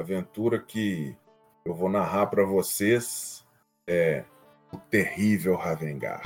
aventura que eu vou narrar para vocês é o terrível Ravengard.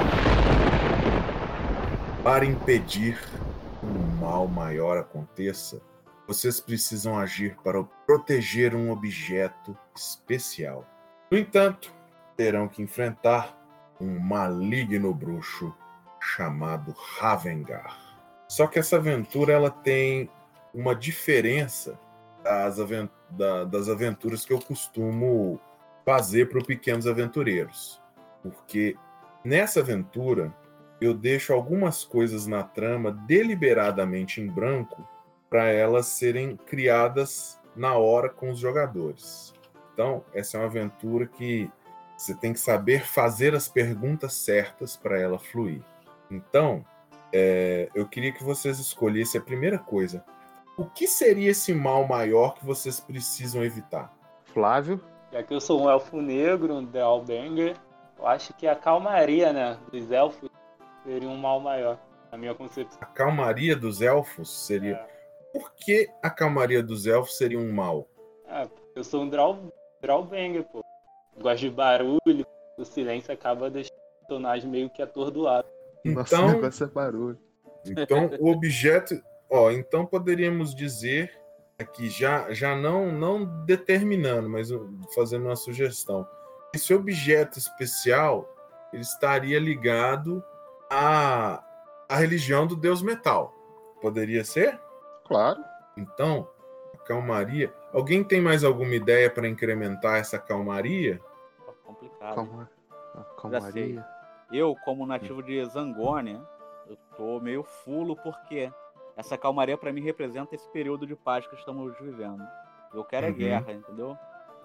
Para impedir que um mal maior aconteça, vocês precisam agir para proteger um objeto especial. No entanto, terão que enfrentar um maligno bruxo chamado Ravengard. Só que essa aventura ela tem uma diferença das aventuras que eu costumo fazer para os pequenos aventureiros. Porque nessa aventura eu deixo algumas coisas na trama deliberadamente em branco para elas serem criadas na hora com os jogadores. Então, essa é uma aventura que você tem que saber fazer as perguntas certas para ela fluir. Então, eu queria que vocês escolhessem a primeira coisa. O que seria esse mal maior que vocês precisam evitar? Flávio? Já que eu sou um elfo negro, um Doppelganger, eu acho que a calmaria, né, dos elfos seria um mal maior, na minha concepção. A calmaria dos elfos seria... Por que a calmaria dos elfos seria um mal? Eu sou um Doppelganger, pô. Gosto de barulho, o silêncio acaba deixando o personagem meio que atordoado. Nossa, o negócio é barulho. Então, o objeto... então poderíamos dizer aqui, já não determinando, mas fazendo uma sugestão. Esse objeto especial, ele estaria ligado à religião do deus metal. Poderia ser? Claro. Então, a calmaria... Alguém tem mais alguma ideia para incrementar essa calmaria? Complicado. Calmaria. Eu, como nativo de Zangônia, eu tô meio fulo porque essa calmaria para mim representa esse período de paz que estamos vivendo. Eu quero é guerra, entendeu?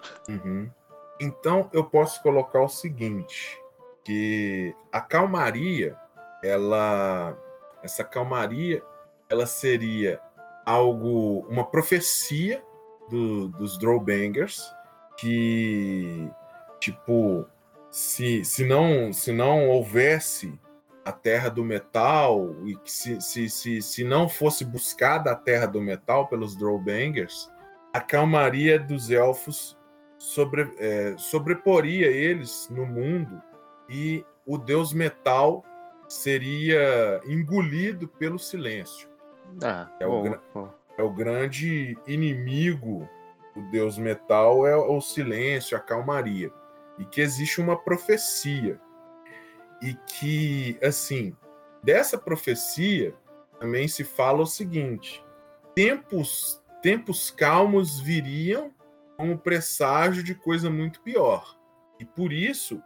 Então eu posso colocar o seguinte, que a calmaria, essa calmaria, ela seria uma profecia dos Drawbangers, que tipo, se não houvesse a Terra do Metal, e que se não fosse buscada a Terra do Metal pelos Drawbangers, a calmaria dos elfos sobreporia eles no mundo e o Deus Metal seria engolido pelo silêncio. É o grande inimigo do Deus Metal, é o silêncio, a calmaria. E que existe uma profecia. E que, assim, dessa profecia também se fala o seguinte: tempos calmos viriam como presságio de coisa muito pior. E por isso,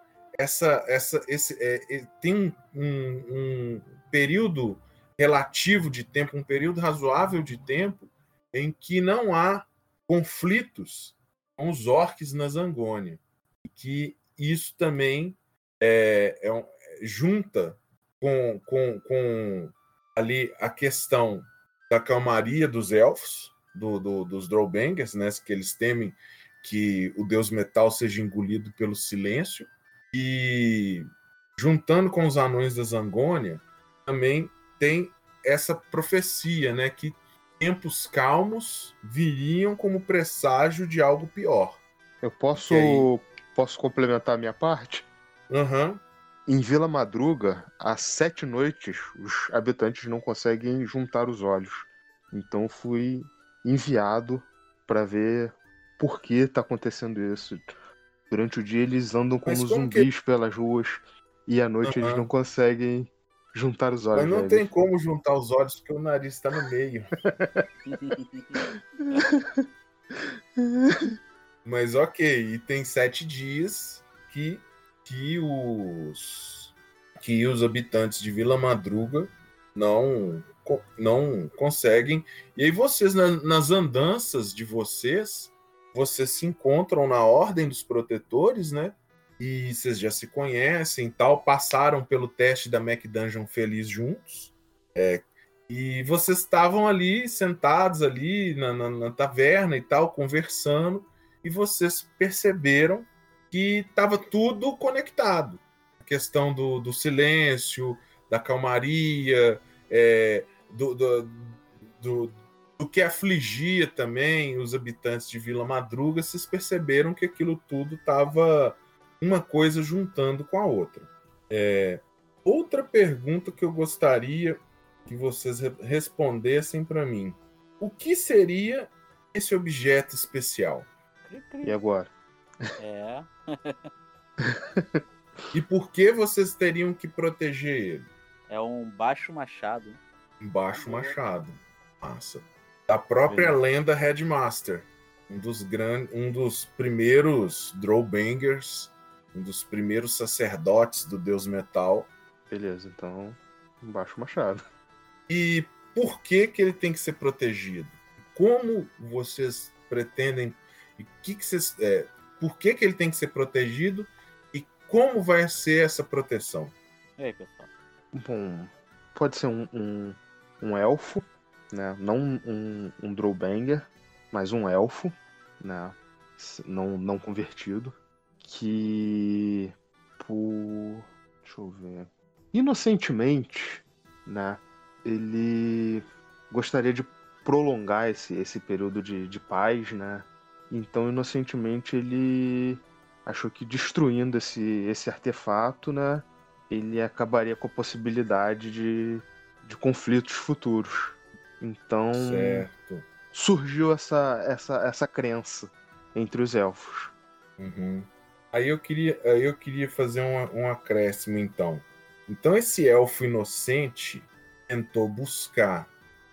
tem um período relativo de tempo, um período razoável de tempo, em que não há conflitos com os orques na Zangônia. E que isso também junta com ali a questão da calmaria dos elfos, dos Drawbangers, né, que eles temem que o Deus Metal seja engolido pelo silêncio, e juntando com os anões da Zangônia, também tem essa profecia, né, que tempos calmos viriam como presságio de algo pior. Eu posso complementar a minha parte? Em Vila Madruga, há 7 noites, os habitantes não conseguem juntar os olhos. Então fui enviado para ver por que está acontecendo isso. Durante o dia eles andam como zumbis pelas ruas e à noite eles não conseguem juntar os olhos. Mas não tem como juntar os olhos porque o nariz está no meio. Mas ok, e tem 7 dias que os habitantes de Vila Madruga não conseguem. E aí vocês, nas andanças de vocês se encontram na Ordem dos Protetores, né? E vocês já se conhecem, tal, passaram pelo teste da Mac Dungeon feliz juntos. E vocês estavam ali, sentados ali na taverna e tal, conversando, e vocês perceberam que estava tudo conectado. A questão do silêncio, da calmaria, do o que afligia também os habitantes de Vila Madruga, vocês perceberam que aquilo tudo estava uma coisa juntando com a outra. Outra pergunta que eu gostaria que vocês respondessem para mim. O que seria esse objeto especial? E agora? E por que vocês teriam que proteger ele? É um baixo machado. Um baixo machado. Massa. Da própria lenda Headmaster. Um dos primeiros Drawbangers, um dos primeiros sacerdotes do Deus Metal. Beleza, então, um baixo machado. E por que ele tem que ser protegido? Como vocês pretendem... por que ele tem que ser protegido? E como vai ser essa proteção? E aí, pessoal? Bom, pode ser um elfo, né? Não um Drawbanger, mas um elfo, né? Não convertido, que deixa eu ver, inocentemente, né? Ele gostaria de prolongar esse período de paz, né? Então, inocentemente, ele achou que destruindo esse artefato, né? Ele acabaria com a possibilidade de conflitos futuros. Então, certo. Surgiu essa crença entre os elfos. Uhum. Aí eu queria fazer um acréscimo, então. Então, esse elfo inocente tentou buscar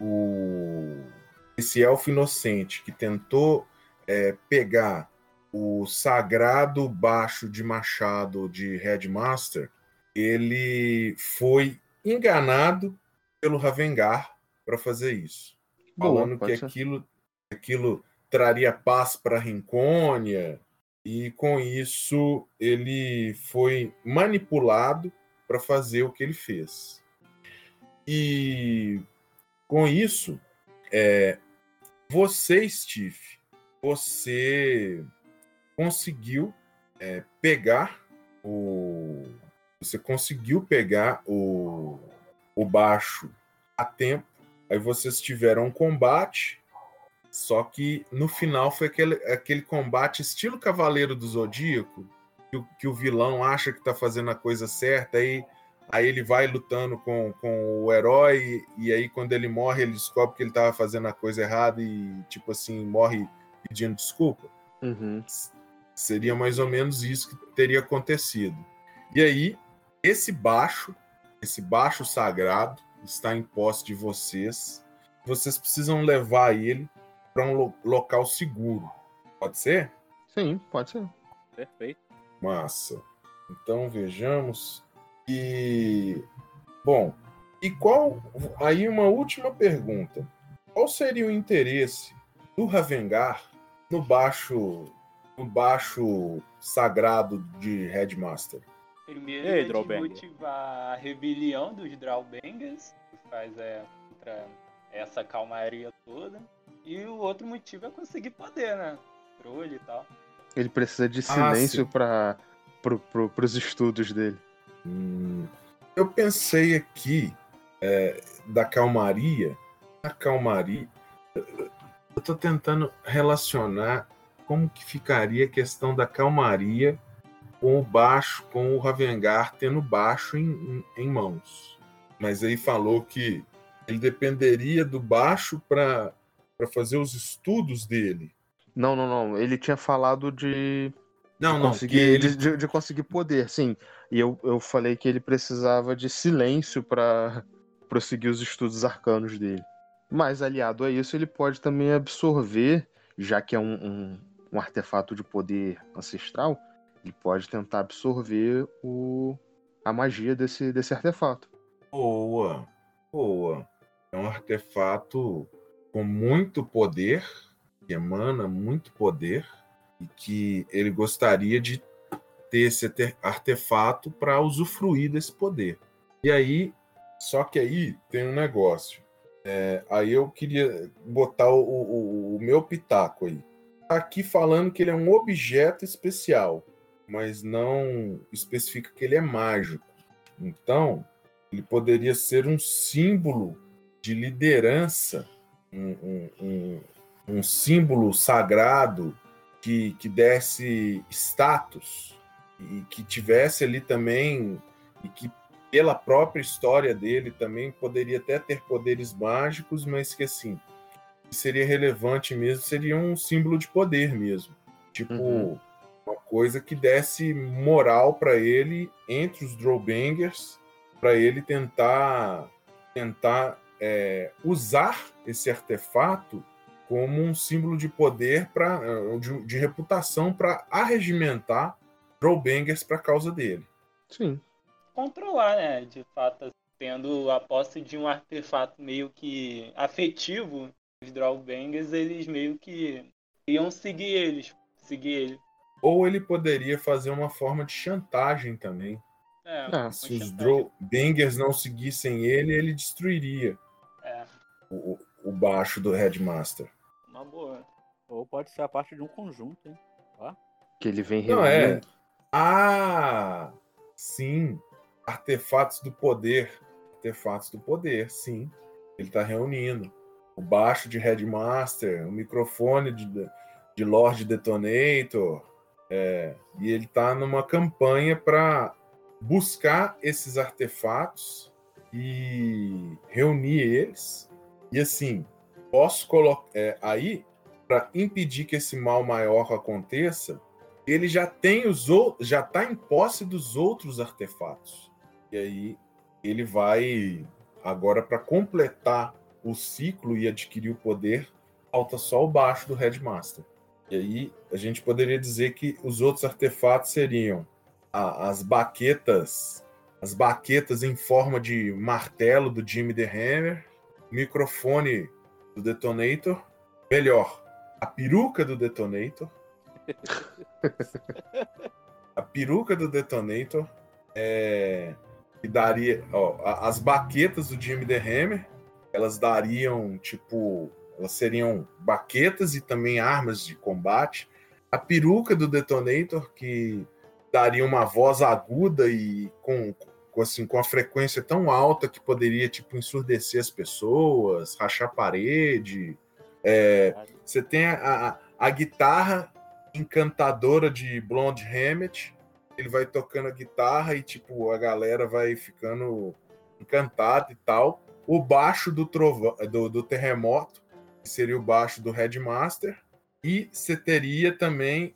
esse elfo inocente que tentou pegar o sagrado baixo de machado de Headmaster, ele foi enganado pelo Ravengar para fazer isso. Falando que aquilo traria paz para Rincônia, e com isso ele foi manipulado para fazer o que ele fez. E com isso, você, Steve, você conseguiu pegar o baixo a tempo. Aí vocês tiveram um combate, só que no final foi aquele combate estilo Cavaleiro do Zodíaco, que o vilão acha que está fazendo a coisa certa, aí ele vai lutando com o herói, e aí quando ele morre, ele descobre que ele estava fazendo a coisa errada e, tipo assim, morre pedindo desculpa. Uhum. Seria mais ou menos isso que teria acontecido. E aí, esse baixo sagrado está em posse de vocês. Vocês precisam levar ele para um local seguro. Pode ser? Sim, pode ser. Perfeito. Massa. Então, vejamos. Bom, aí uma última pergunta. Qual seria o interesse do Ravengar no baixo sagrado de Headmaster? Primeiro é de motivar a rebelião dos Drawbangers, que faz contra essa calmaria toda. E o outro motivo é conseguir poder, né? Controle e tal. Ele precisa de silêncio para os estudos dele. Eu pensei aqui da calmaria. A calmaria. Eu tô tentando relacionar como que ficaria a questão da calmaria com o baixo, com o Ravengar tendo baixo em mãos. Mas aí falou que ele dependeria do baixo para fazer os estudos dele. Não. Ele tinha falado de conseguir poder, sim. E eu falei que ele precisava de silêncio para prosseguir os estudos arcanos dele. Mas, aliado a isso, ele pode também absorver, já que é um artefato de poder ancestral, ele pode tentar absorver a magia desse artefato. Boa. É um artefato com muito poder, que emana muito poder, e que ele gostaria de ter esse artefato para usufruir desse poder. E aí, só que aí tem um negócio. Aí eu queria botar o meu pitaco aí. Tá aqui falando que ele é um objeto especial, mas não especifica que ele é mágico. Então, ele poderia ser um símbolo de liderança um símbolo sagrado que desse status e que tivesse ali também, e que pela própria história dele também poderia até ter poderes mágicos, mas que assim, seria relevante mesmo, seria um símbolo de poder mesmo. Tipo, uma coisa que desse moral para ele entre os Drawbangers, para ele tentar usar esse artefato como um símbolo de poder, de reputação, para arregimentar Drawbangers para a causa dele. Sim. Controlar, né? De fato, tendo a posse de um artefato meio que afetivo, os Drawbangers, eles meio que iam seguir ele. Ou ele poderia fazer uma forma de chantagem também. Se os Drawbangers não seguissem ele, ele destruiria o baixo do Headmaster. Uma boa. Ou pode ser a parte de um conjunto, hein? Ó. Que ele vem reunindo. Sim. Artefatos do poder, sim. Ele está reunindo. O baixo de Headmaster, o microfone de Lord Detonator. E ele está numa campanha para buscar esses artefatos e reunir eles. E assim, posso colocar aí, para impedir que esse mal maior aconteça, ele já está em posse dos outros artefatos. E aí ele vai agora, para completar o ciclo e adquirir o poder, falta só o baixo do Headmaster. E aí a gente poderia dizer que os outros artefatos seriam as baquetas em forma de martelo do Jimmy the Hammer, o microfone do Detonator, melhor, a peruca do Detonator. A peruca do Detonator que daria, as baquetas do Jimmy the Hammer, elas dariam elas seriam baquetas e também armas de combate. A peruca do Detonator, que daria uma voz aguda e com a frequência tão alta que poderia ensurdecer as pessoas, rachar parede. Você tem a guitarra encantadora de Blonde Hammett. Ele vai tocando a guitarra e a galera vai ficando encantada e tal. O baixo do terremoto, que seria o baixo do Headmaster. E você teria também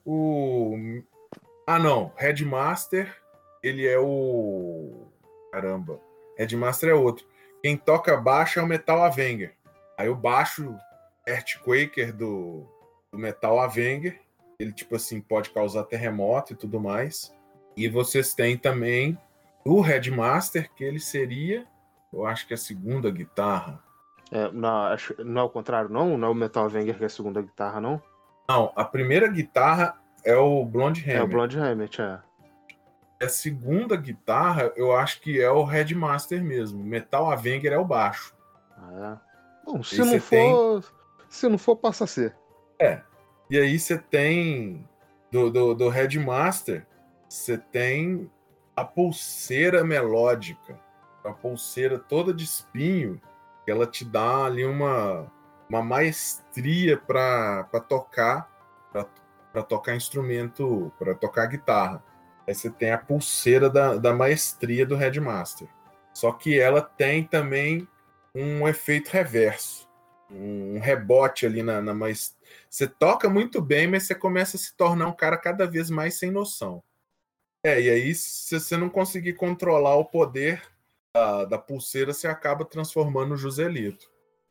Headmaster, ele é o... Caramba, Headmaster é outro. Quem toca baixo é o Metal Avenger. Aí o baixo Earthquaker do Metal Avenger, ele pode causar terremoto e tudo mais. E vocês têm também o Headmaster, que ele seria, eu acho que a segunda guitarra. Não é o contrário, não? Não é o Metal Avenger que é a segunda guitarra, não? Não, a primeira guitarra é o Blonde Hammett. É o Blonde Hammett, A segunda guitarra, eu acho que é o Headmaster mesmo. Metal Avenger é o baixo. Bom, se não for, passa a ser. E aí você tem do Headmaster, você tem a pulseira melódica, a pulseira toda de espinho, que ela te dá ali uma maestria para tocar instrumento, para tocar guitarra. Aí você tem a pulseira da maestria do Headmaster. Só que ela tem também um efeito reverso, um rebote ali na maestria. Você toca muito bem, mas você começa a se tornar um cara cada vez mais sem noção. E aí, se você não conseguir controlar o poder da pulseira, você acaba transformando o Joselito.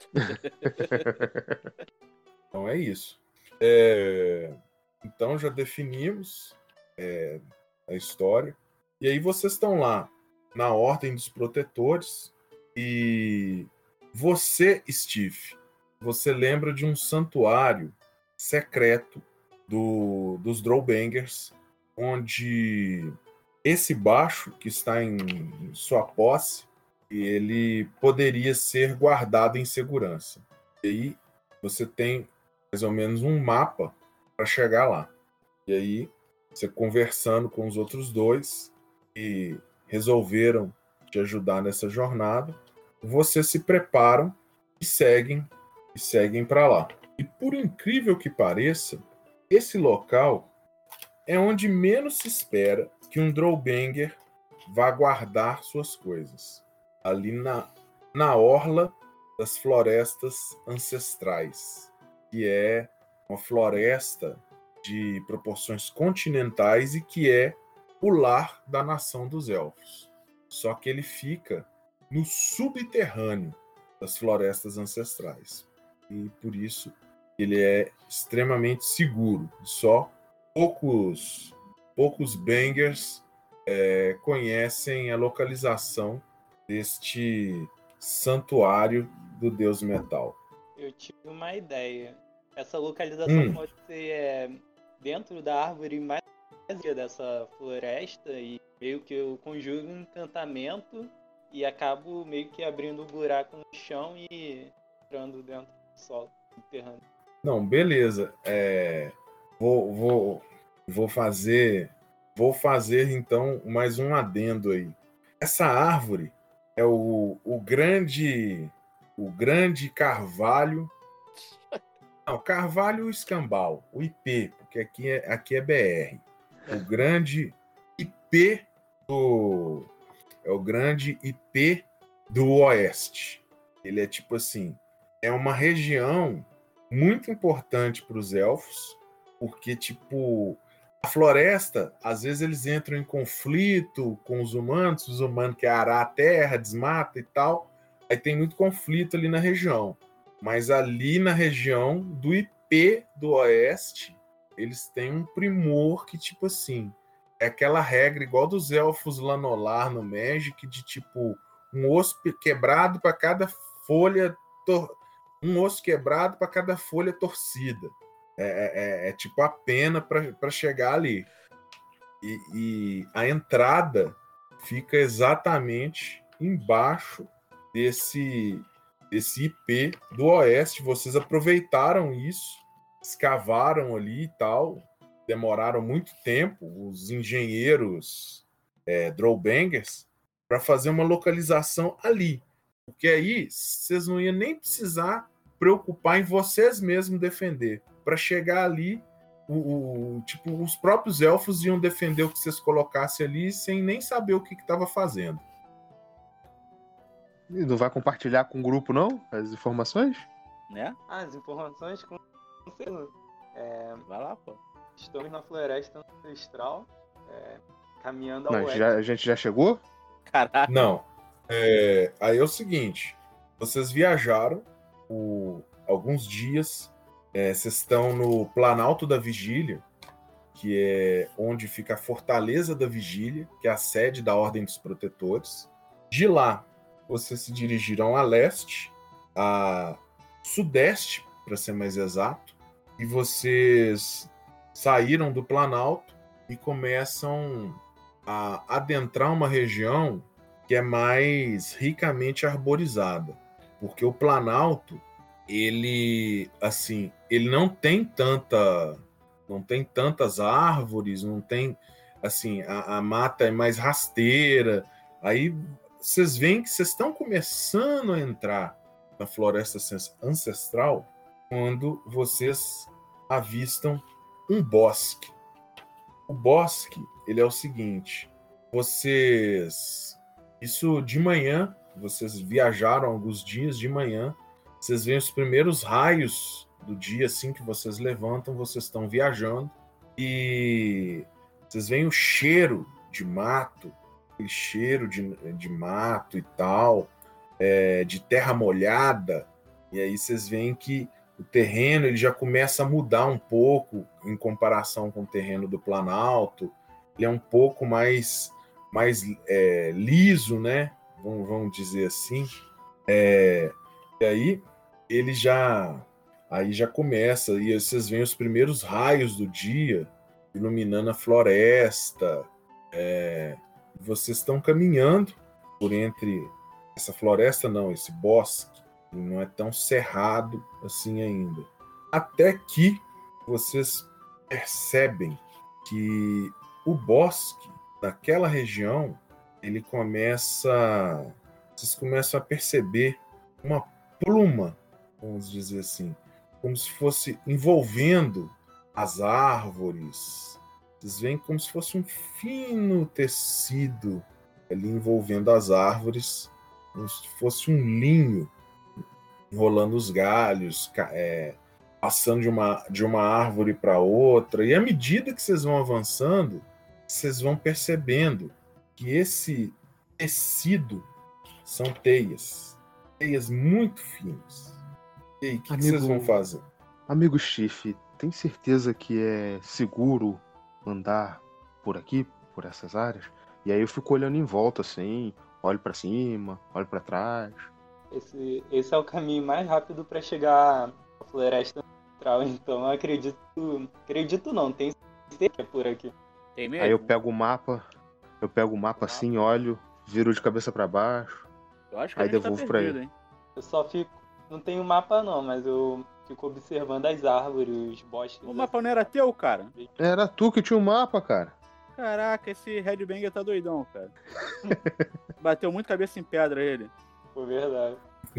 Então é isso. Então já definimos a história. E aí vocês estão lá na Ordem dos Protetores. E você, Steve, você lembra de um santuário secreto dos Drawbangers, onde esse baixo que está em sua posse, ele poderia ser guardado em segurança. E aí você tem mais ou menos um mapa para chegar lá. E aí, você conversando com os outros dois, que resolveram te ajudar nessa jornada, vocês se preparam e seguem e seguem para lá. E por incrível que pareça, esse local é onde menos se espera que um Drowbanger vá guardar suas coisas. Ali na orla das florestas ancestrais, que é uma floresta de proporções continentais e que é o lar da nação dos elfos. Só que ele fica no subterrâneo das florestas ancestrais. E por isso ele é extremamente seguro. Só poucos bangers conhecem a localização deste santuário do Deus Metal. Eu tive uma ideia. Essa localização pode ser dentro da árvore mais dessa floresta e meio que eu conjuro um encantamento e acabo meio que abrindo um buraco no chão e entrando dentro do solo, enterrando. Não, beleza. Vou fazer então mais um adendo aí. Essa árvore é o grande carvalho. Não, carvalho escambau, o IP, porque aqui é BR. O grande IP é o grande IP do Oeste. Ele é tipo assim, é uma região muito importante para os elfos, porque tipo a floresta, às vezes eles entram em conflito com os humanos querem arar a terra, desmata e tal. Aí tem muito conflito ali na região. Mas ali na região do IP do Oeste, eles têm um primor que, tipo assim, é aquela regra igual dos elfos Lanolar no Magic, de tipo, um osso quebrado para cada folha, um osso quebrado para cada folha torcida. É tipo a pena para chegar ali. E a entrada fica exatamente embaixo desse IP do Oeste. Vocês aproveitaram isso, escavaram ali e tal, demoraram muito tempo, os engenheiros Drowbangers, para fazer uma localização ali. Porque aí vocês não iam nem precisar preocupar em vocês mesmos defender. Para chegar ali, os próprios elfos iam defender o que vocês colocassem ali sem nem saber o que estava fazendo. E não vai compartilhar com o grupo, não? As informações? Né? As informações com certeza. Vai lá, pô. Estamos na floresta ancestral, caminhando ao oeste. A gente já chegou? Caraca. Não. Aí é o seguinte, vocês viajaram alguns dias, vocês estão no Planalto da Vigília, que é onde fica a Fortaleza da Vigília, que é a sede da Ordem dos Protetores. De lá, vocês se dirigiram a leste, a sudeste, para ser mais exato, e vocês saíram do Planalto e começam a adentrar uma região que é mais ricamente arborizada, porque o Planalto, ele não tem tantas árvores, não tem assim, a mata é mais rasteira. Aí vocês veem que vocês estão começando a entrar na floresta ancestral quando vocês avistam um bosque. O bosque, ele é o seguinte, isso de manhã, vocês viajaram alguns dias de manhã, vocês veem os primeiros raios do dia, assim que vocês levantam, vocês estão viajando, e vocês veem o cheiro de mato, aquele cheiro de mato e tal, de terra molhada, e aí vocês veem que o terreno ele já começa a mudar um pouco em comparação com o terreno do Planalto, ele é um pouco mais liso, né? Vamos dizer assim. E aí ele já começa, e vocês veem os primeiros raios do dia iluminando a floresta. Vocês estão caminhando por entre essa floresta, não, esse bosque, não é tão cerrado assim ainda. Até que vocês percebem que o bosque daquela região, vocês começam a perceber uma pluma vamos dizer assim, como se fosse envolvendo as árvores. Vocês veem como se fosse um fino tecido ali envolvendo as árvores, como se fosse um linho enrolando os galhos, passando de uma árvore para outra. E à medida que vocês vão avançando, vocês vão percebendo que esse tecido são teias muito finas. E aí, o que vocês vão fazer? Amigo Chief, tem certeza que é seguro andar por aqui, por essas áreas? E aí eu fico olhando em volta, assim, olho pra cima, olho pra trás. Esse é o caminho mais rápido pra chegar à floresta central, então eu acredito não, tem certeza que é por aqui. Tem mesmo? Aí eu pego o mapa assim, olho, viro de cabeça pra baixo. Eu acho que aí a gente devolvo tá pra perdido, ele. hein? Eu só fico, não tenho mapa não, mas eu fico observando as árvores, os bosques. O mapa não era teu, cara? Era tu que tinha o mapa, cara. Caraca, esse Headbanger tá doidão, cara. Bateu muito cabeça em pedra ele. Foi verdade.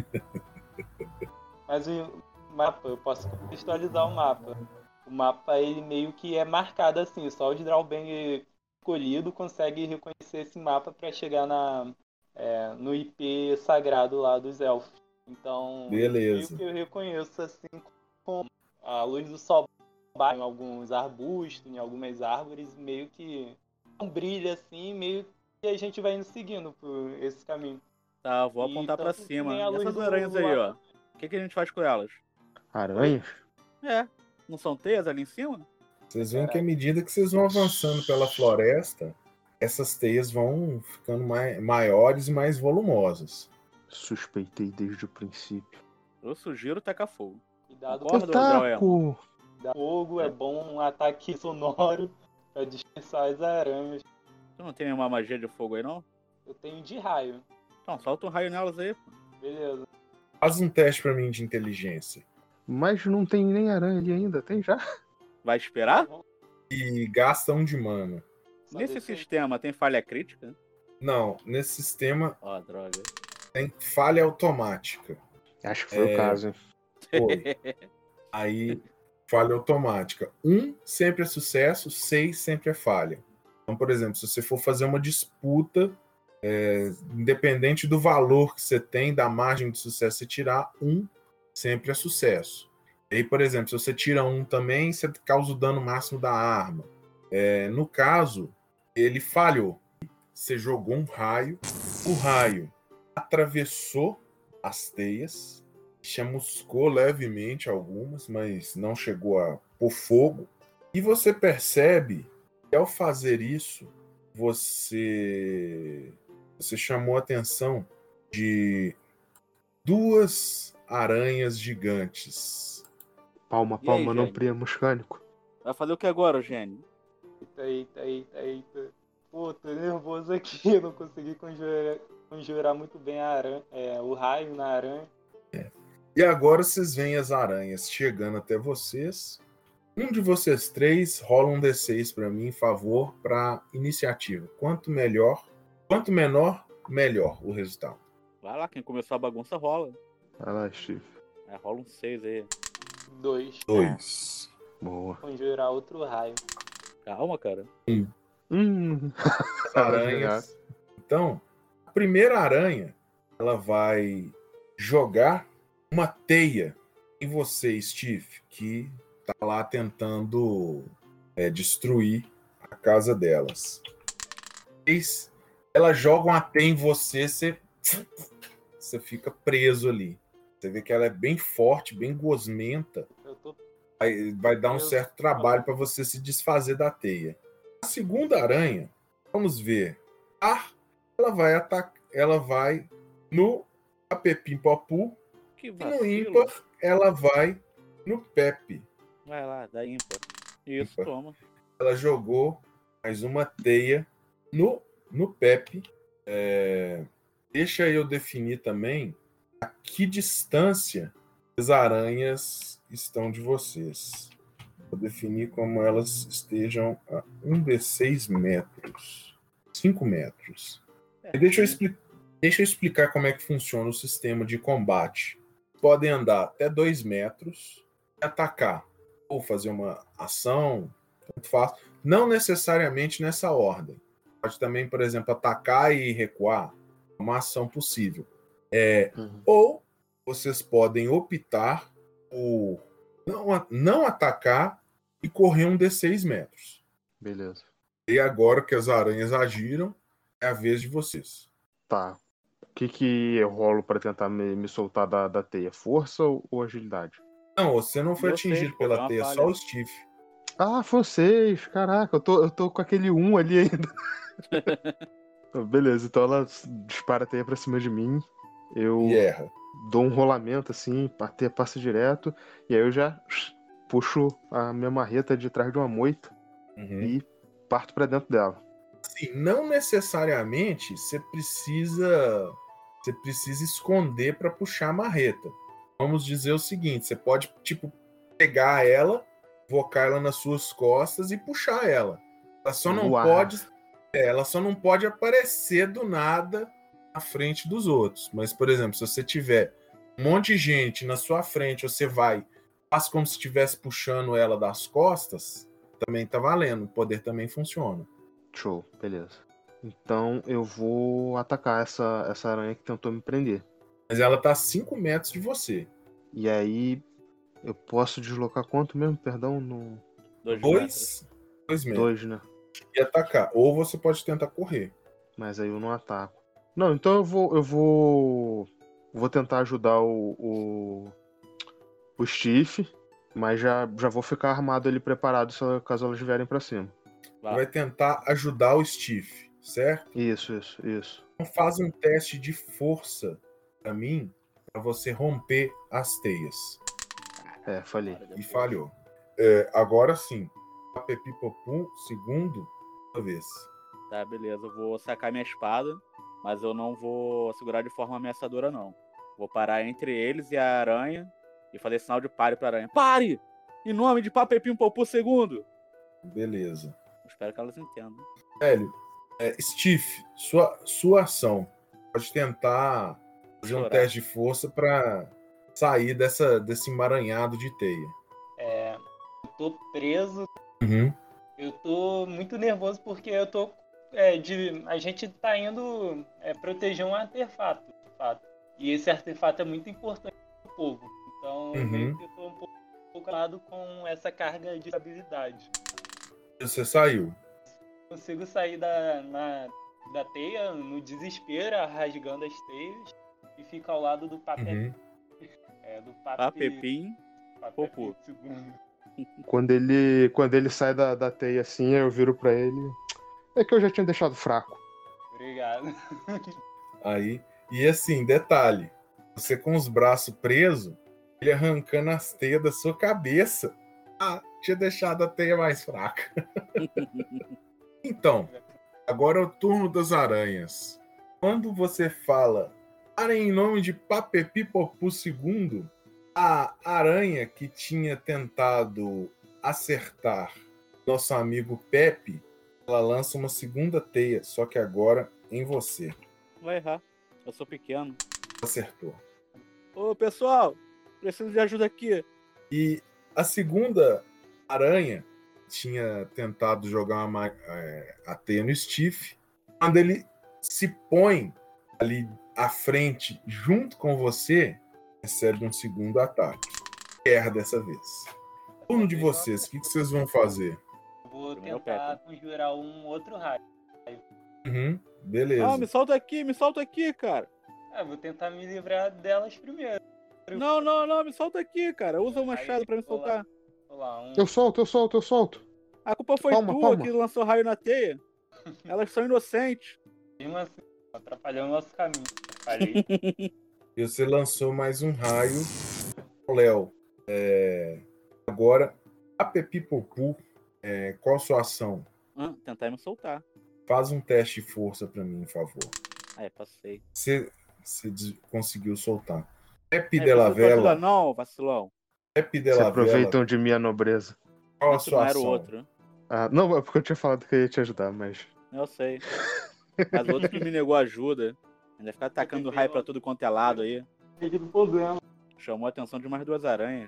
Mas o mapa, eu posso contextualizar o mapa. O mapa, ele meio que é marcado assim, só o Draubanger escolhido consegue reconhecer esse mapa para chegar no IP sagrado lá dos elfos. Então, beleza. meio que eu reconheço assim, com a luz do sol bate em alguns arbustos, em algumas árvores, meio que um brilho assim, meio que a gente vai indo seguindo por esse caminho. Tá, vou apontar pra cima. E essas aranhas aí, ó? O que a gente faz com elas? Aranhas? É. Não são teias ali em cima? Vocês veem que à medida que vocês vão avançando pela floresta, essas teias vão ficando maiores e mais volumosas. Suspeitei desde o princípio. Eu sugiro tacar fogo. Cuidado com o taco! Fogo é bom, um ataque sonoro pra dispersar as aranhas. Tu não tem nenhuma magia de fogo aí, não? Eu tenho de raio. Então, solta um raio nelas aí, pô. Beleza. Faz um teste pra mim de inteligência. Mas não tem nem aranha ali ainda, tem já? Vai esperar? E gasta 1 de mana. Nesse sistema tem falha crítica? Não, nesse sistema droga. tem falha automática. Acho que foi o caso. Foi. Aí, falha automática. 1 sempre é sucesso, 6 sempre é falha. Então, por exemplo, se você for fazer uma disputa, independente do valor que você tem, da margem de sucesso você tirar, 1 sempre é sucesso. E aí, por exemplo, se você tira 1 também, você causa o dano máximo da arma. No caso, ele falhou. Você jogou um raio, o raio atravessou as teias, chamuscou levemente algumas, mas não chegou a pôr fogo. E você percebe que ao fazer isso, você chamou a atenção de 2 aranhas gigantes. Palma, não priamos-cânico. Vai fazer o que agora, Gênio? Eita. Pô, tô nervoso aqui, não consegui conjurar muito bem o raio na aranha. E agora vocês veem as aranhas chegando até vocês. Um de vocês 3 rola um D6 pra mim, em favor, pra iniciativa. Quanto menor, melhor o resultado. Vai lá, quem começou a bagunça rola. Vai lá, Steve. Rola um 6 aí. 2. Boa. Conjurar outro raio. Calma, cara. Aranhas. Então, a primeira aranha, ela vai jogar uma teia em você, Steve, que tá lá tentando destruir a casa delas. Ela joga uma teia em você, você fica preso ali. Você vê que ela é bem forte, bem gosmenta. Vai dar um certo trabalho para você se desfazer da teia. A segunda aranha, vamos ver. Ela vai no Apepim-Popu. E no ímpar, ela vai no Pepe. Vai lá, dá ímpar. Isso, ímpar. Toma. Ela jogou mais uma teia no Pepe. Deixa eu definir também a que distância as aranhas estão de vocês. Vou definir como elas estejam a 1d6 metros. 5 metros. E deixa eu explicar como é que funciona o sistema de combate. podem andar até 2 metros e atacar. Ou fazer uma ação, tanto faz. Não necessariamente nessa ordem. Pode também, por exemplo, atacar e recuar. Uma ação possível. Ou vocês podem optar por não atacar e correr um D6 metros. Beleza. E agora que as aranhas agiram, é a vez de vocês. Tá. O que eu rolo pra tentar me soltar da teia? Força ou agilidade? Não, você não foi atingido pela teia, só o Steve. Ah, foi 6. Caraca, eu tô com aquele 1 ali ainda. Beleza, então ela dispara a teia pra cima de mim. Eu erra. Dou um rolamento assim, a teia passa direto. E aí eu já puxo a minha marreta de trás de uma moita e parto pra dentro dela. Assim, não necessariamente você precisa esconder para puxar a marreta. Vamos dizer o seguinte, você pode pegar ela, invocar ela nas suas costas e puxar ela. Ela só não pode aparecer do nada na frente dos outros. Mas, por exemplo, se você tiver um monte de gente na sua frente, você faz como se estivesse puxando ela das costas, também tá valendo. O poder também funciona. Show, beleza. Então eu vou atacar essa aranha que tentou me prender. Mas ela tá a 5 metros de você. E aí eu posso deslocar quanto mesmo? Perdão? 2 metros. 2, né? E atacar. Ou você pode tentar correr. Mas aí eu não ataco. Não, então eu vou tentar ajudar o Steve, mas já vou ficar armado ali preparado caso elas vierem pra cima. Vai tentar ajudar o Steve, certo? Isso. Então faz um teste de força pra mim, pra você romper as teias. Falhei. E falhou. Agora sim. Papepipopu, segundo, vez. Tá, beleza. Eu vou sacar minha espada, mas eu não vou segurar de forma ameaçadora, não. Vou parar entre eles e a aranha e fazer sinal de pare pra aranha. Pare! Em nome de Papepimpopu segundo! Beleza. Espero que elas entendam. Velho, Steve, sua ação. Pode tentar fazer um teste de força pra sair desse emaranhado de teia. Eu tô preso. Eu tô muito nervoso porque eu tô. A gente tá indo proteger um artefato, de fato. E esse artefato é muito importante pro povo. Então, meio que eu tô um pouco calado com essa carga de habilidade. Você saiu. Consigo sair da teia no desespero, rasgando as teias, e fica ao lado do Papepim. Do Papepim Popu. Quando ele sai da teia assim, eu viro pra ele. É que eu já tinha deixado fraco. Obrigado. Aí, e assim, detalhe, você com os braços presos, ele arrancando as teias da sua cabeça. Tinha deixado a teia mais fraca. Então, agora é o turno das aranhas. Quando você fala para em nome de Papepipopu II, a aranha que tinha tentado acertar nosso amigo Pepe, ela lança uma segunda teia, só que agora em você. Vai errar, eu sou pequeno. Acertou. Ô pessoal, preciso de ajuda aqui. E a segunda aranha tinha tentado jogar a teia no Steve. Quando ele se põe ali à frente junto com você, recebe um segundo ataque. Erra dessa vez. Turno de vocês, o que vocês vão fazer? Vou tentar conjurar um outro raio. Beleza. Me solta aqui, cara. Vou tentar me livrar delas primeiro. Não, me solta aqui, cara. Usa o machado pra me soltar. Eu solto. A culpa foi tua que lançou raio na teia. Elas são inocentes. Assim, atrapalhando o nosso caminho. Falei. E você lançou mais um raio. Léo, agora, a Pepipopu, qual a sua ação? Tentar me soltar. Faz um teste de força pra mim, por favor. Passei. Você conseguiu soltar. Pepe de la Vela. Não, vacilão. Pepe de la Vela. Aproveitam de minha nobreza. Qual a sua ação? Não era o outro. Não, é porque eu tinha falado que eu ia te ajudar, mas... Eu sei. Mas o outro que me negou ajuda. Ainda ficar atacando raio pra tudo quanto é lado aí. Problema. Chamou a atenção de mais 2 aranhas.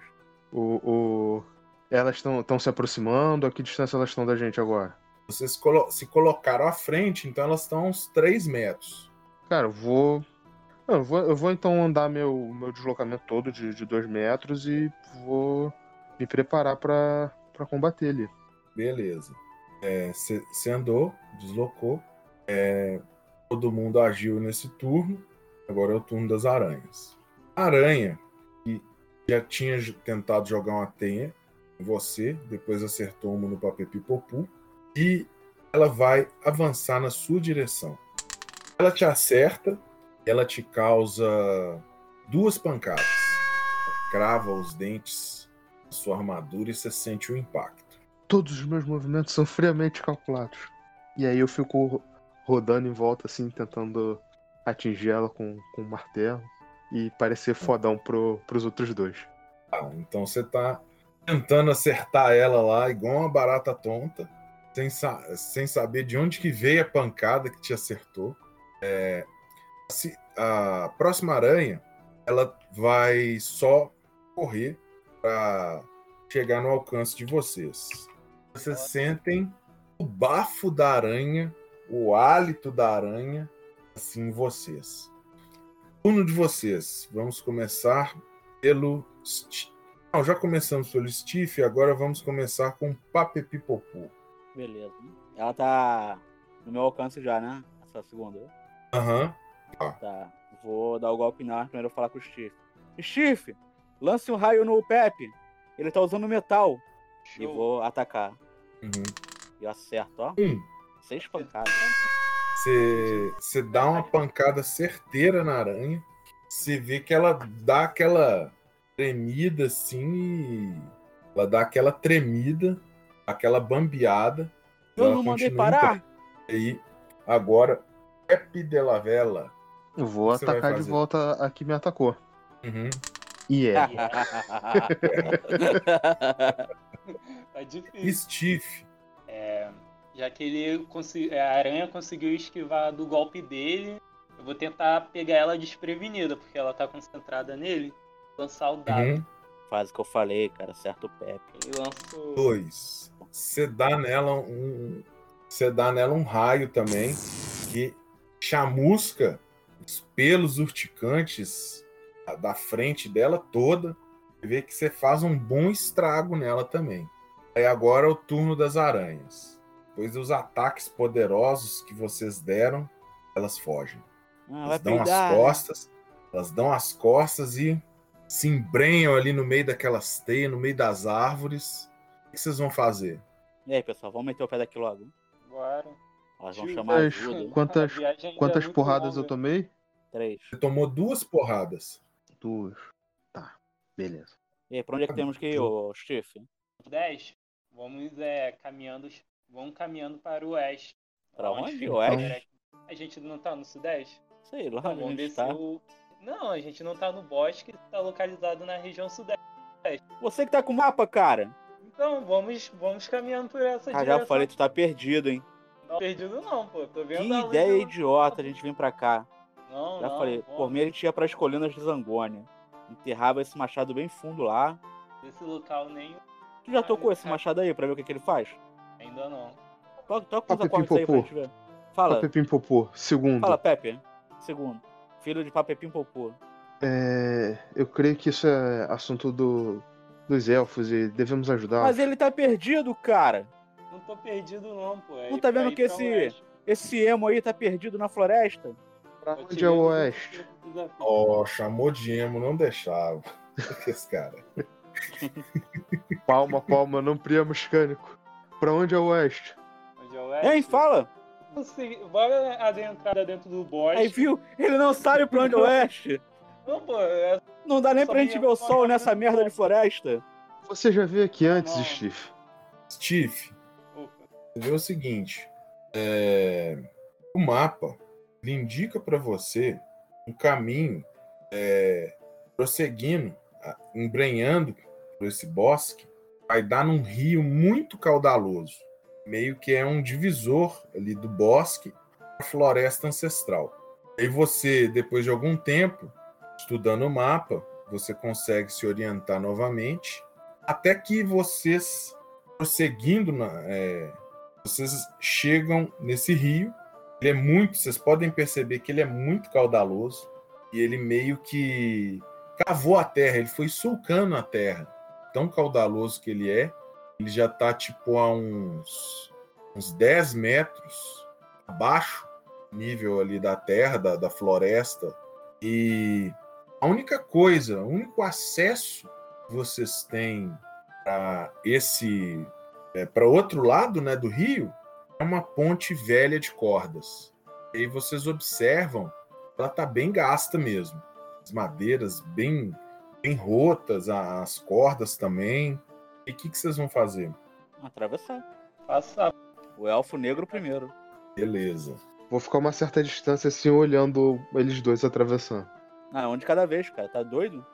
Elas estão se aproximando? A que distância elas estão da gente agora? Vocês se colocaram à frente, então elas estão a uns 3 metros. Cara, eu vou então andar meu deslocamento todo de 2 metros e vou me preparar pra combater ele. Beleza. Você andou, deslocou. Todo mundo agiu nesse turno. Agora é o turno das aranhas. A aranha, que já tinha tentado jogar uma teia em você, depois acertou uma no Papepipopu, e ela vai avançar na sua direção. Ela te acerta, ela te causa 2 pancadas. Ela crava os dentes na sua armadura e você sente o impacto. Todos os meus movimentos são friamente calculados. E aí eu fico rodando em volta, assim, tentando atingir ela com um martelo e parecer fodão pros outros 2. Então você tá tentando acertar ela lá, igual uma barata tonta, sem saber de onde que veio a pancada que te acertou. A próxima aranha, ela vai só correr para chegar no alcance de vocês. Vocês sentem o bafo da aranha, o hálito da aranha, assim, em vocês. Turno de vocês. Vamos começar pelo... Não, já começamos pelo Stiff, agora vamos começar com o Papepipopu. Beleza. Ela tá no meu alcance já, né? Essa segunda. Aham. Tá. Vou dar o golpe na primeiro eu falar com o Stiff. Stiff, lance um raio no Pepe. Ele tá usando metal. Show. E vou atacar. E eu acerto, ó. 6 pancadas. Você dá uma pancada certeira na aranha. Você vê que ela dá aquela tremida assim. Ela dá aquela tremida, aquela bambeada. Eu não mandei parar. E aí, agora, Pepe de la Vela. Eu vou atacar de volta a que me atacou. Tá difícil. Stiff. Já que a aranha conseguiu esquivar do golpe dele, eu vou tentar pegar ela desprevenida, porque ela tá concentrada nele. Lançar o dado. Faz o que eu falei, cara. Acerta o Pepe. Ele lançou 2. Você dá nela um raio também que chamusca os pelos urticantes da frente dela toda. Você vê que você faz um bom estrago nela também. Aí agora é o turno das aranhas. Depois dos ataques poderosos que vocês deram, elas fogem. Elas dão as costas e se embrenham ali no meio daquelas teias, no meio das árvores. O que vocês vão fazer? E aí, pessoal, vamos meter o pé daqui logo? Bora. Elas vão chamar ajuda. Quantas porradas eu tomei? 3. Você tomou 2 porradas. 2. Tá, beleza. E aí, pra onde é que temos que ir, ô Stiff? 10. Vamos caminhando para o oeste. Pra onde? Oeste? A gente não tá no sudeste? Sei lá, então, vamos descer Não, a gente não tá no bosque, tá localizado na região sudeste. Você que tá com o mapa, cara. Então, vamos caminhando por essa direção. Já falei, tu tá perdido, hein? Não, perdido não, pô. Tô vendo que ideia idiota a gente vir pra cá. Já falei, por mim a gente ia pras colinas de Zangônia. Enterrava esse machado bem fundo lá. Esse local nem... Tu já tocou esse machado aí pra ver o que ele faz? Ainda não. Toca os acordes aí pra gente ver. Fala. Papepimpopô, segundo. Fala, Pepe. Segundo. Filho de Papepimpopô. Eu creio que isso é assunto dos elfos e devemos ajudar. Mas ele tá perdido, cara. Não tô perdido não, pô. Não tá vendo que esse emo aí tá perdido na floresta? Pra onde é o oeste? Chamou de emo, não deixava. Esse cara. Palma, não priamos cânico. Pra onde é o oeste? Onde é o oeste? Hein, fala! Bora adentrar dentro do bosque. Aí, viu? Ele não sabe pra onde é o oeste. Não, pô. Não dá nem pra gente ver o sol nessa merda de floresta. Você já veio aqui antes, Steve? Steve, você vê o seguinte. O mapa indica pra você um caminho prosseguindo, embrenhando por esse bosque, vai dar num rio muito caudaloso. Meio que é um divisor ali do bosque da floresta ancestral. Aí você, depois de algum tempo, estudando o mapa, você consegue se orientar novamente, até que vocês, prosseguindo, vocês chegam nesse rio. Vocês podem perceber que ele é muito caudaloso, e ele meio que cavou a terra, ele foi sulcando a terra. Tão caudaloso que ele é, ele já está tipo a uns 10 metros abaixo do nível ali da terra, da floresta. E a única coisa, o único acesso que vocês têm para outro lado, né, do rio, é uma ponte velha de cordas. E aí vocês observam, ela está bem gasta mesmo. As madeiras bem rotas, as cordas também. E o que vocês vão fazer? Atravessar. Passar. O elfo negro primeiro. Beleza. Vou ficar uma certa distância assim, olhando eles dois atravessando. Ah, um de cada vez, cara. Tá doido?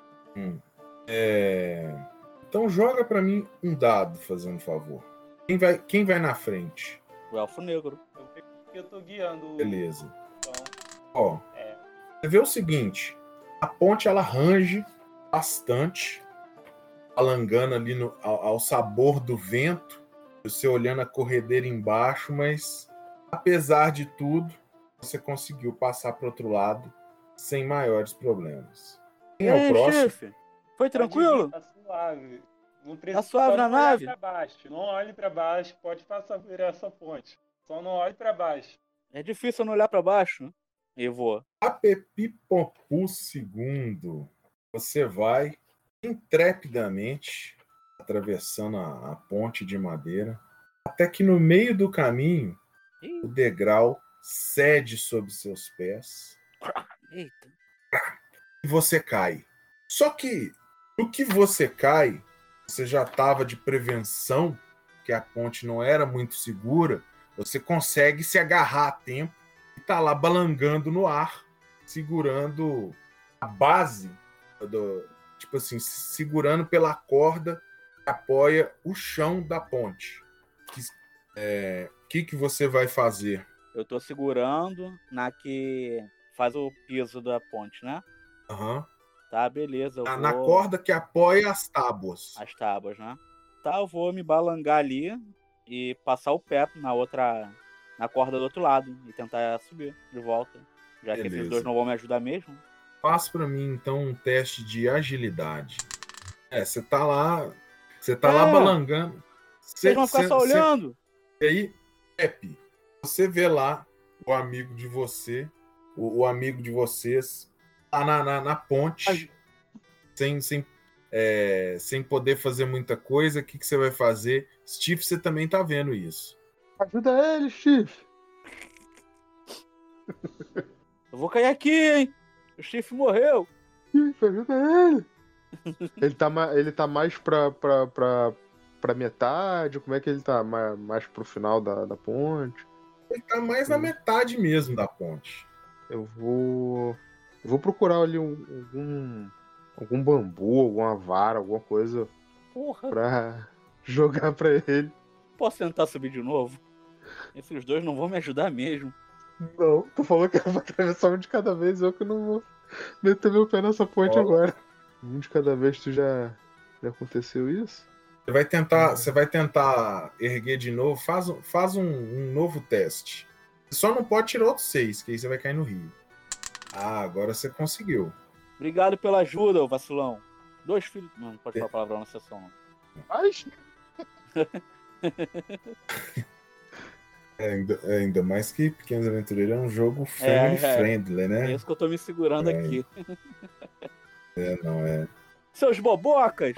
Então joga pra mim um dado, fazendo um favor. Quem vai na frente? O elfo negro. Eu tô guiando. Beleza. Então, Ó, você vê o seguinte. A ponte, ela range bastante, alangando ali ao sabor do vento. Você olhando a corredeira embaixo, mas apesar de tudo, você conseguiu passar para o outro lado sem maiores problemas. Quem é o próximo? Chefe, foi tranquilo? Tá suave. Não precisa, tá suave na nave? Pra baixo. Não olhe para baixo, pode passar por essa ponte. Só não olhe para baixo. É difícil não olhar para baixo, né? E voa. A Pepipopu II, você vai intrepidamente atravessando a ponte de madeira, até que no meio do caminho o degrau cede sob seus pés. Eita. E você cai. Só que no que você cai, você já estava de prevenção, que a ponte não era muito segura, você consegue se agarrar a tempo e tá lá balangando no ar, segurando a base, tipo assim, segurando pela corda que apoia o chão da ponte. O que você vai fazer? Eu tô segurando na que faz o piso da ponte, né? Aham. Tá, beleza. Na corda que apoia as tábuas. As tábuas, né? Tá, eu vou me balangar ali e passar o pé na corda do outro lado e tentar subir de volta. Já que esses dois não vão me ajudar mesmo. Faça pra mim, então, um teste de agilidade. Você tá lá balangando. Vocês vão ficar só olhando. E aí, Pepe, você vê lá o amigo de você, o amigo de vocês, tá na ponte, sem poder fazer muita coisa. O que você vai fazer? Steve, você também tá vendo isso. Ajuda ele, Steve. Eu vou cair aqui, hein? O Steve morreu. Steve, ajuda ele. Ele tá mais pra metade? Como é que ele tá? Mais pro final da ponte? Ele tá mais na metade mesmo da ponte. Eu vou procurar ali algum bambu, alguma vara, alguma coisa pra jogar pra ele. Posso tentar subir de novo? Esses dois não vão me ajudar mesmo. Não, tu falou que eu vou atravessar um de cada vez, eu que não vou meter meu pé nessa ponte agora. Um de cada vez, tu já aconteceu isso? Você vai tentar erguer de novo, faz um novo teste. Você só não pode tirar outros 6, que aí você vai cair no rio. Agora você conseguiu. Obrigado pela ajuda, ô vacilão. 2 filhos... Não pode falar palavrão na sessão. Mas... Ainda mais que Pequenos Aventureiros é um jogo family friendly, né? É isso que eu tô me segurando aqui. Não é. Seus bobocas!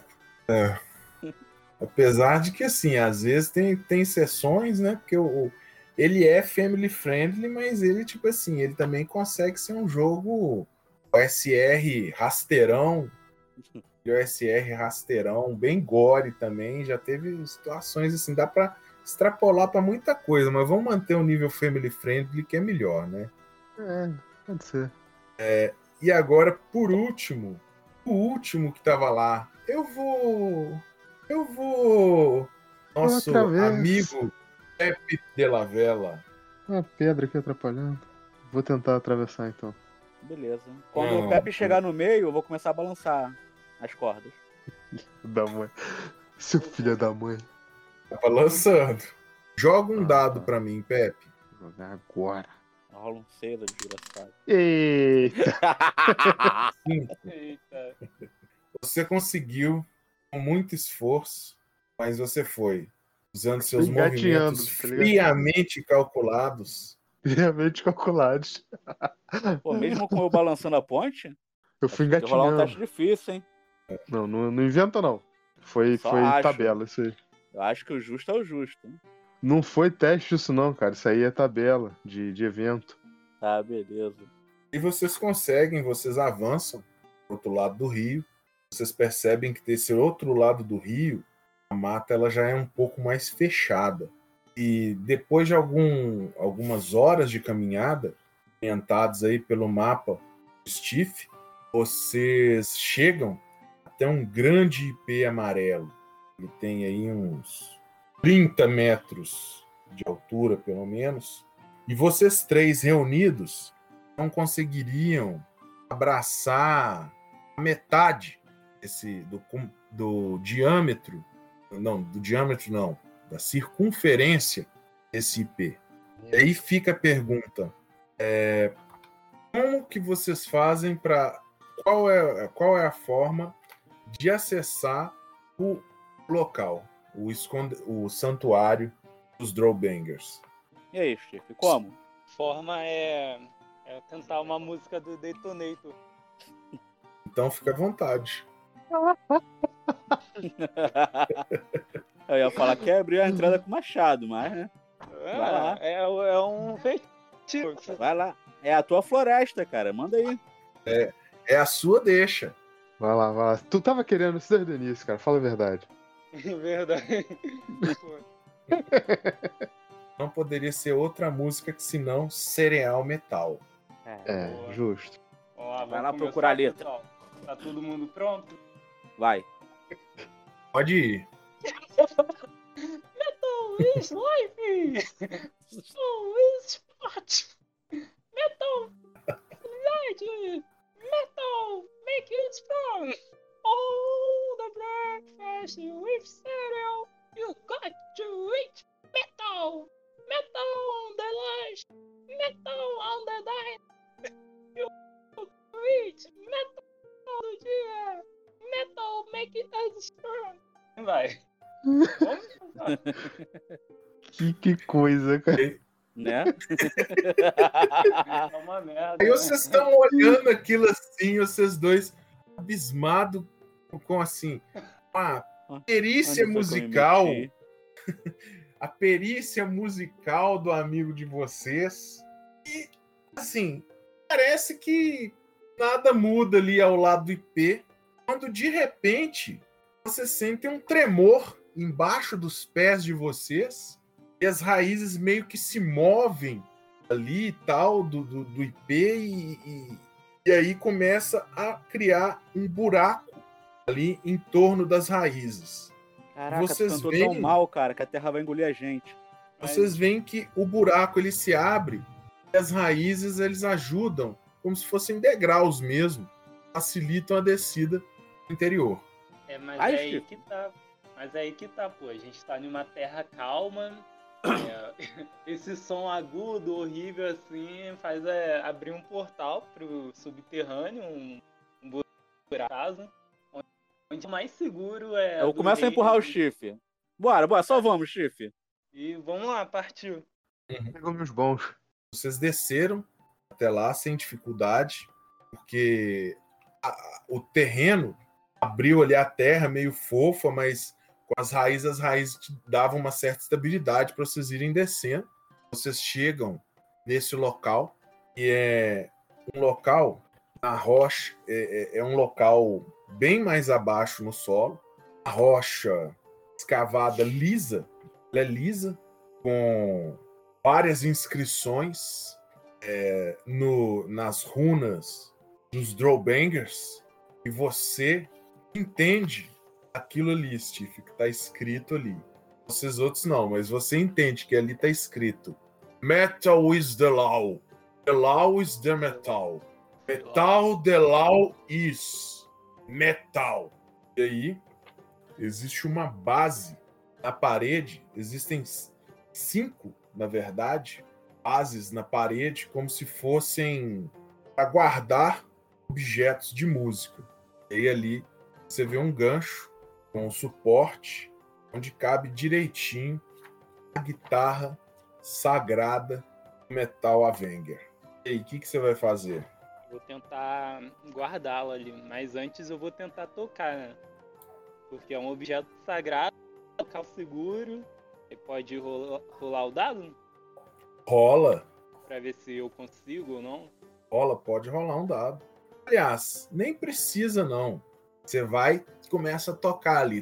Apesar de que, assim, às vezes tem sessões, né? Porque ele é family friendly, mas ele, tipo assim, ele também consegue ser um jogo OSR rasteirão. OSR rasteirão, bem gore também. Já teve situações assim, dá pra extrapolar pra muita coisa, mas vamos manter o nível family friendly, que é melhor, né? Pode ser. E agora, por último, o último que tava lá, eu vou. Nosso amigo Pepe de la Vela. Uma pedra aqui atrapalhando. Vou tentar atravessar então. Beleza. Quando o Pepe chegar no meio, eu vou começar a balançar as cordas. Da mãe. Seu filho da mãe. Tá balançando. Joga um dado pra mim, Pepe. Vou jogar agora. Rola um cedo, desgraçado. Eita! Eita. Você conseguiu com muito esforço, mas você foi usando seus Engateando, movimentos tá ligado? friamente calculados. Friamente calculados. Pô, mesmo com eu balançando a ponte, Eu fui tem que rolar um engatinhando. teste difícil, hein? Não inventa, não. Foi Só acho. tabela, isso aí. Eu acho que o justo é o justo. Hein? Não foi teste isso não, cara. Isso aí é tabela de evento. Tá, beleza. E vocês avançam pro outro lado do rio. Vocês percebem que desse outro lado do rio, a mata ela já é um pouco mais fechada. E depois de algumas horas de caminhada, orientados aí pelo mapa do Stiff, vocês chegam até um grande ipê amarelo. Ele tem aí uns 30 metros de altura, pelo menos. E vocês três reunidos não conseguiriam abraçar a metade do diâmetro. Não, do diâmetro não. Da circunferência desse IP. E aí fica a pergunta. Como que vocês fazem para... Qual é a forma de acessar o local, o santuário dos Drawbangers? E aí, Steve, como? Forma é cantar uma música do Detonator. Então fica à vontade. Eu ia falar que é abrir a entrada com machado, mas, né? Vai lá. É um feitiço. Vai lá. É a tua floresta, cara. Manda aí. É a sua deixa. Vai lá. Tu tava querendo isso desde o início, cara. Fala a verdade. Verdade. Não poderia ser outra música que senão Cereal Metal. É, justo. Vai lá procurar a letra. Pessoal. Tá todo mundo pronto? Vai. Pode ir. Metal is life! Metal is sport! Metal light! Metal make you strong! Oh, the breakfast with cereal! You got to eat metal! Metal on the lunch! Metal on the diet! You eat metal todo dia! Metal make us strong! Vai! Que coisa, cara. Né? É uma merda. Aí vocês estão olhando aquilo assim, vocês dois abismados com assim, a perícia musical, a perícia musical do amigo de vocês. E assim, parece que nada muda ali ao lado do IP, quando de repente vocês sentem um tremor embaixo dos pés de vocês e as raízes meio que se movem ali e tal do IP e aí começa a criar um buraco ali em torno das raízes. Caraca, vocês cantou veem, tão mal, cara, que a terra vai engolir a gente. Vocês veem que o buraco ele se abre e as raízes eles ajudam como se fossem degraus mesmo, facilitam a descida no interior. Mas é aí que tá. Mas é aí que tá, pô. A gente tá numa terra calma. Esse som agudo, horrível assim, faz abrir um portal pro subterrâneo, um buraco, onde o mais seguro é. Eu começo a empurrar o Chifre. Bora, só vamos, Chifre. E vamos lá, partiu. Pegou meus bons. Vocês desceram até lá sem dificuldade, porque o terreno abriu ali a terra meio fofa, mas com as raízes te davam uma certa estabilidade para vocês irem descendo. Vocês chegam nesse local, que é um local na rocha, é um local bem mais abaixo no solo. A rocha escavada lisa, ela é lisa, com várias inscrições nas runas dos Drawbangers, e você entende aquilo ali, Steve, que está escrito ali. Vocês outros não, mas você entende que ali está escrito: Metal is the law. The law is the metal. Metal Delau is metal. E aí, existe uma base na parede. Existem 5, na verdade, bases na parede, como se fossem para guardar objetos de música. E aí ali você vê um gancho com um suporte onde cabe direitinho a guitarra sagrada do Metal Avenger. E aí, o que você vai fazer? Vou tentar guardá-la ali, mas antes eu vou tentar tocar, né? Porque é um objeto sagrado, local seguro. Você pode rolar o dado? Rola. Pra ver se eu consigo ou não. Rola, pode rolar um dado. Aliás, nem precisa não. Você vai e começa a tocar ali.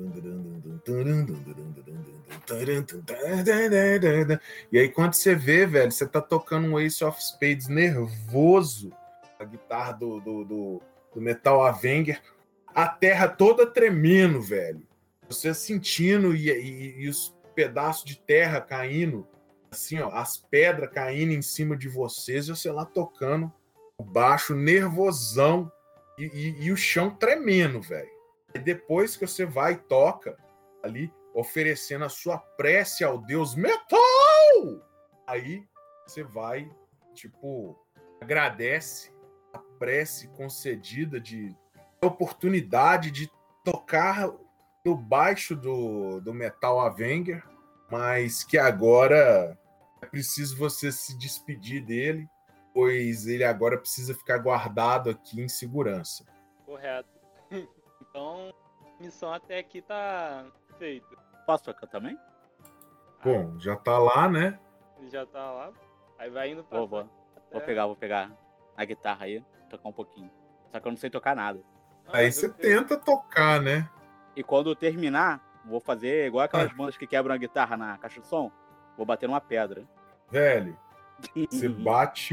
E aí quando você vê, velho, você tá tocando um Ace of Spades nervoso. A guitarra do Metal Avenger. A terra toda tremendo, velho. Você sentindo e os pedaços de terra caindo. Assim, ó, as pedras caindo em cima de vocês. E você lá tocando o baixo nervosão. E o chão tremendo, velho. E depois que você vai e toca ali, oferecendo a sua prece ao Deus Metal, aí você vai, tipo, agradece a prece concedida de oportunidade de tocar no baixo do Metal Avenger, mas que agora é preciso você se despedir dele, pois ele agora precisa ficar guardado aqui em segurança. Correto. Então, a missão até aqui tá feita. Posso tocar também? Bom, já tá lá, né? Ele já tá lá. Aí vai indo pra... Vou pegar a guitarra aí, tocar um pouquinho. Só que eu não sei tocar nada. Aí você tenta tocar, né? E quando eu terminar, vou fazer igual aquelas bandas que quebram a guitarra na caixa de som. Vou bater numa pedra. Velho, você bate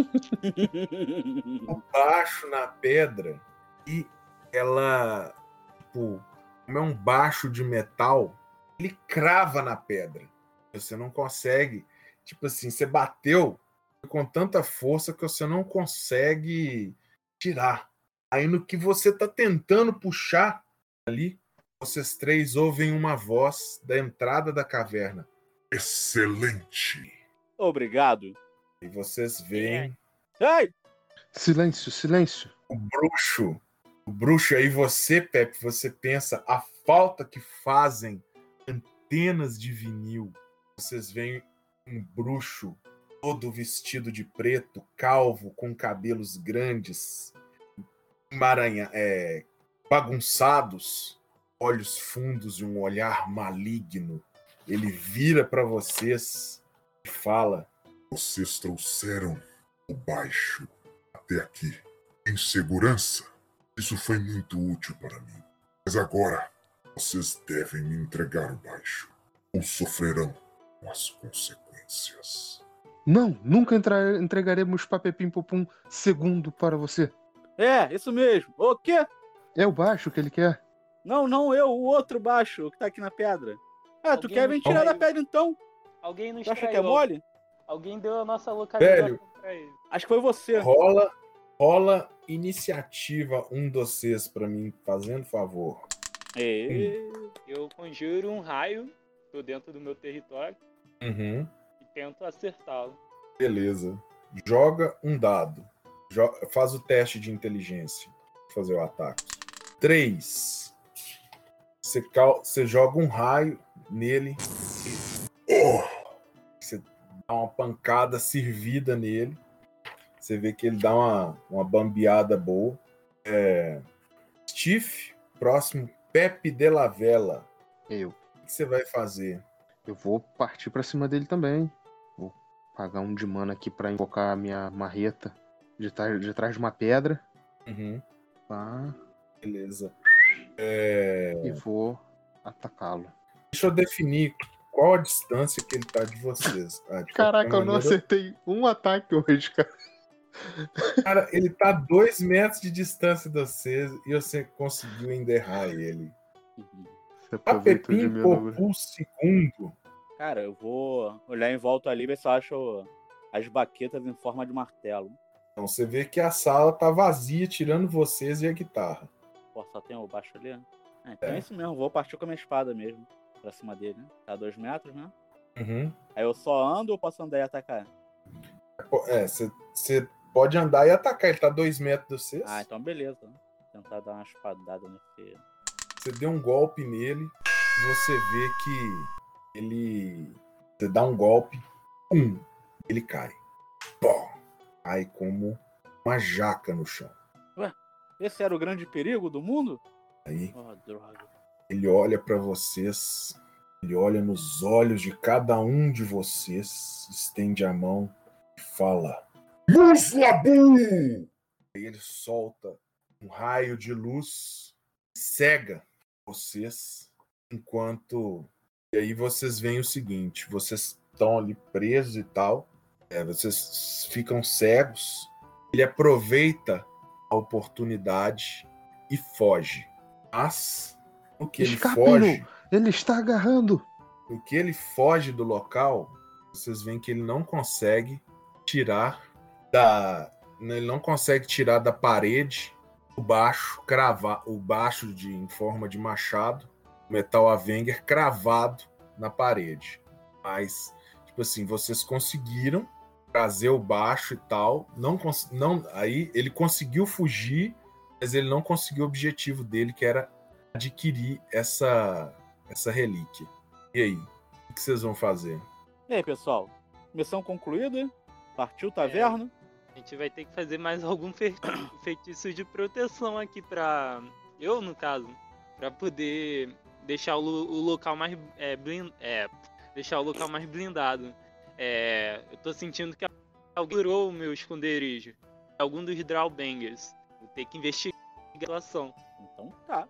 o baixo na pedra e ela, tipo, como é um baixo de metal, ele crava na pedra. Você não consegue, tipo assim, você bateu com tanta força que você não consegue tirar. Aí no que você tá tentando puxar ali, vocês três ouvem uma voz da entrada da caverna. Excelente! Obrigado. E vocês veem... Ei! Silêncio, silêncio. O bruxo aí, você, Pepe, você pensa a falta que fazem antenas de vinil. Vocês veem um bruxo todo vestido de preto, calvo, com cabelos grandes, bagunçados, olhos fundos e um olhar maligno. Ele vira para vocês e fala: vocês trouxeram o baixo até aqui em segurança. Isso foi muito útil para mim. Mas agora vocês devem me entregar o baixo ou sofrerão com as consequências. Não, nunca entregaremos Papepim Popum segundo para você. É, isso mesmo. O quê? É o baixo que ele quer. Não, o outro baixo que tá aqui na pedra. Ah, tu quer vir tirar da pedra então? Alguém nos acha que é mole? Alguém deu a nossa localização pra ele. Acho que foi você. Rola iniciativa de vocês pra mim, fazendo favor. Eu conjuro um raio, tô dentro do meu território, e tento acertá-lo. Beleza. Joga um dado. Faz o teste de inteligência pra fazer o ataque. 3. Você joga um raio nele. Você dá uma pancada servida nele. Você vê que ele dá uma bambeada boa. Steve, próximo, Pepe de la Vela. Eu. O que você vai fazer? Eu vou partir pra cima dele também. Vou pagar um de mana aqui pra invocar a minha marreta de trás de uma pedra. Tá. Beleza. E vou atacá-lo. Deixa eu definir qual a distância que ele tá de vocês. Caraca, eu não acertei um ataque hoje, cara. Cara, ele tá 2 metros de distância de vocês e você conseguiu enterrar ele. Papepim Popum segundo. Cara, eu vou olhar em volta ali e ver se eu acho as baquetas em forma de martelo. Então você vê que a sala tá vazia, tirando vocês e a guitarra. Pô, só tem o baixo ali, né? Então é isso mesmo, vou partir com a minha espada mesmo. Pra cima dele, né? Tá a 2 metros, né? Uhum. Aí eu só ando ou posso andar e atacar? Você pode andar e atacar. Ele tá a 2 metros de vocês. Ah, então beleza. Vou tentar dar uma espadada nesse... Você deu um golpe nele. Você vê que ele... Você dá um golpe. Ele cai. Pô! Cai como uma jaca no chão. Ué, esse era o grande perigo do mundo? Aí, droga. ele olha pra vocês. Ele olha nos olhos de cada um de vocês. Estende a mão e fala... Muslabu! Aí ele solta um raio de luz, cega vocês, enquanto... E aí vocês veem o seguinte, vocês estão ali presos e tal, vocês ficam cegos, ele aproveita a oportunidade e foge. Mas, no que ele foge... Ele está agarrando! No que ele foge do local, vocês veem que ele não consegue tirar da parede o baixo em forma de machado, metal Avenger cravado na parede. Mas, tipo assim, vocês conseguiram trazer o baixo e tal. Aí ele conseguiu fugir, mas ele não conseguiu o objetivo dele, que era adquirir essa relíquia. E aí? O que vocês vão fazer? E aí, pessoal? Missão concluída? Partiu taverna? A gente vai ter que fazer mais algum feitiço de proteção aqui pra... Eu, no caso. Pra poder deixar o local mais deixar o local mais blindado. Eu tô sentindo que alguém furou o meu esconderijo. Algum dos Drawbangers. Vou ter que investigar a situação. Então tá.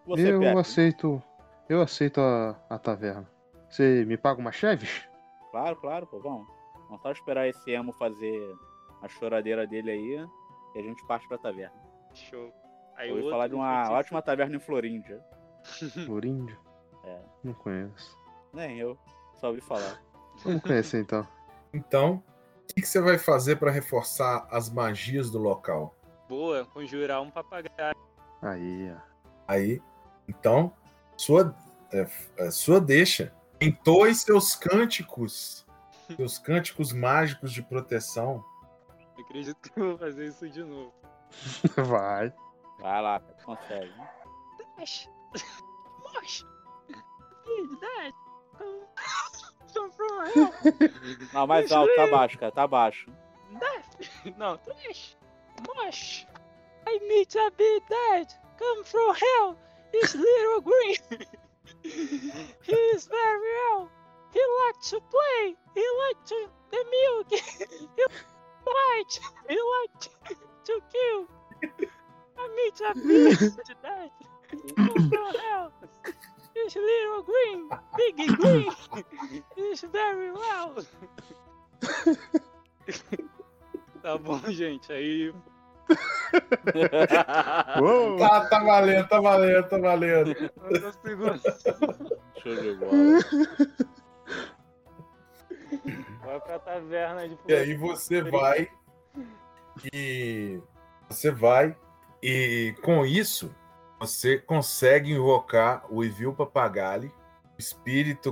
Eu aceito a taverna. Você me paga uma cheves? Claro, pô, vamos. Vamos só esperar esse emo fazer a choradeira dele aí e a gente parte pra taverna. Show. Aí eu ouvi falar de uma ótima taverna em Floríndia. Floríndia? Não conheço. Nem eu, só ouvi falar. Vamos conhecer então. Então, o que você vai fazer pra reforçar as magias do local? Boa, conjurar um papagaio. Aí, então, sua deixa. Entoe seus cânticos mágicos de proteção. Eu acredito que eu vou fazer isso de novo. Vai lá, consegue. Dash! Mosh! Dash! Come from hell! Não, mais alto, tá baixo, cara, tá baixo. Dash! Não, Trash! Mosh! I need to be dead! Come from hell! This little green! He is very well! He likes to play! He likes to the milk! He likes to kill! I need to be dead! Come from hell! This little green! Big green! Is very well! Tá bom, gente, aí... Tá valendo. Eu tô segurando. Show de bola. Vai pra taverna de... E aí você vai e com isso você consegue invocar o Evil Papagali, espírito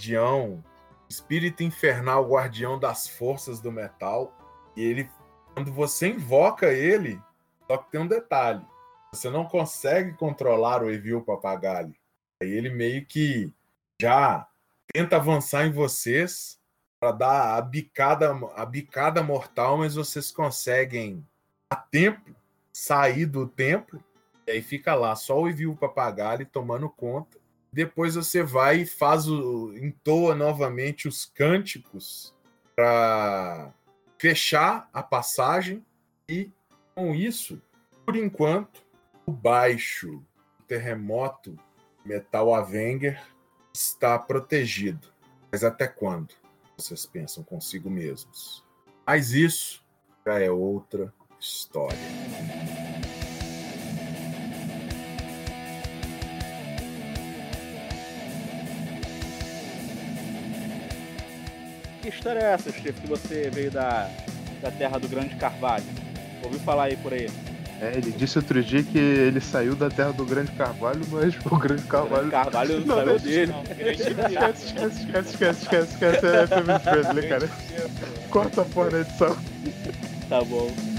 infernal guardião das forças do metal. E ele, quando você invoca ele, só que tem um detalhe, você não consegue controlar o Evil Papagali. Aí ele meio que já tenta avançar em vocês para dar a bicada mortal, mas vocês conseguem a tempo sair do templo, e aí fica lá só o Evil Papagali tomando conta. Depois você vai e entoa novamente os cânticos para fechar a passagem, e com isso, por enquanto, o baixo terremoto Metal Avenger está protegido. Mas até quando? Vocês pensam consigo mesmos. Mas isso já é outra história. Que história é essa, Steve, que você veio da terra do Grande Carvalho? Ouvi falar aí por aí. Ele disse outro dia que ele saiu da terra do Grande Carvalho, mas o Grande Carvalho... O Carvalho não saiu dele. Esquece. É family friendly, cara. Corta a porra da edição. Tá bom.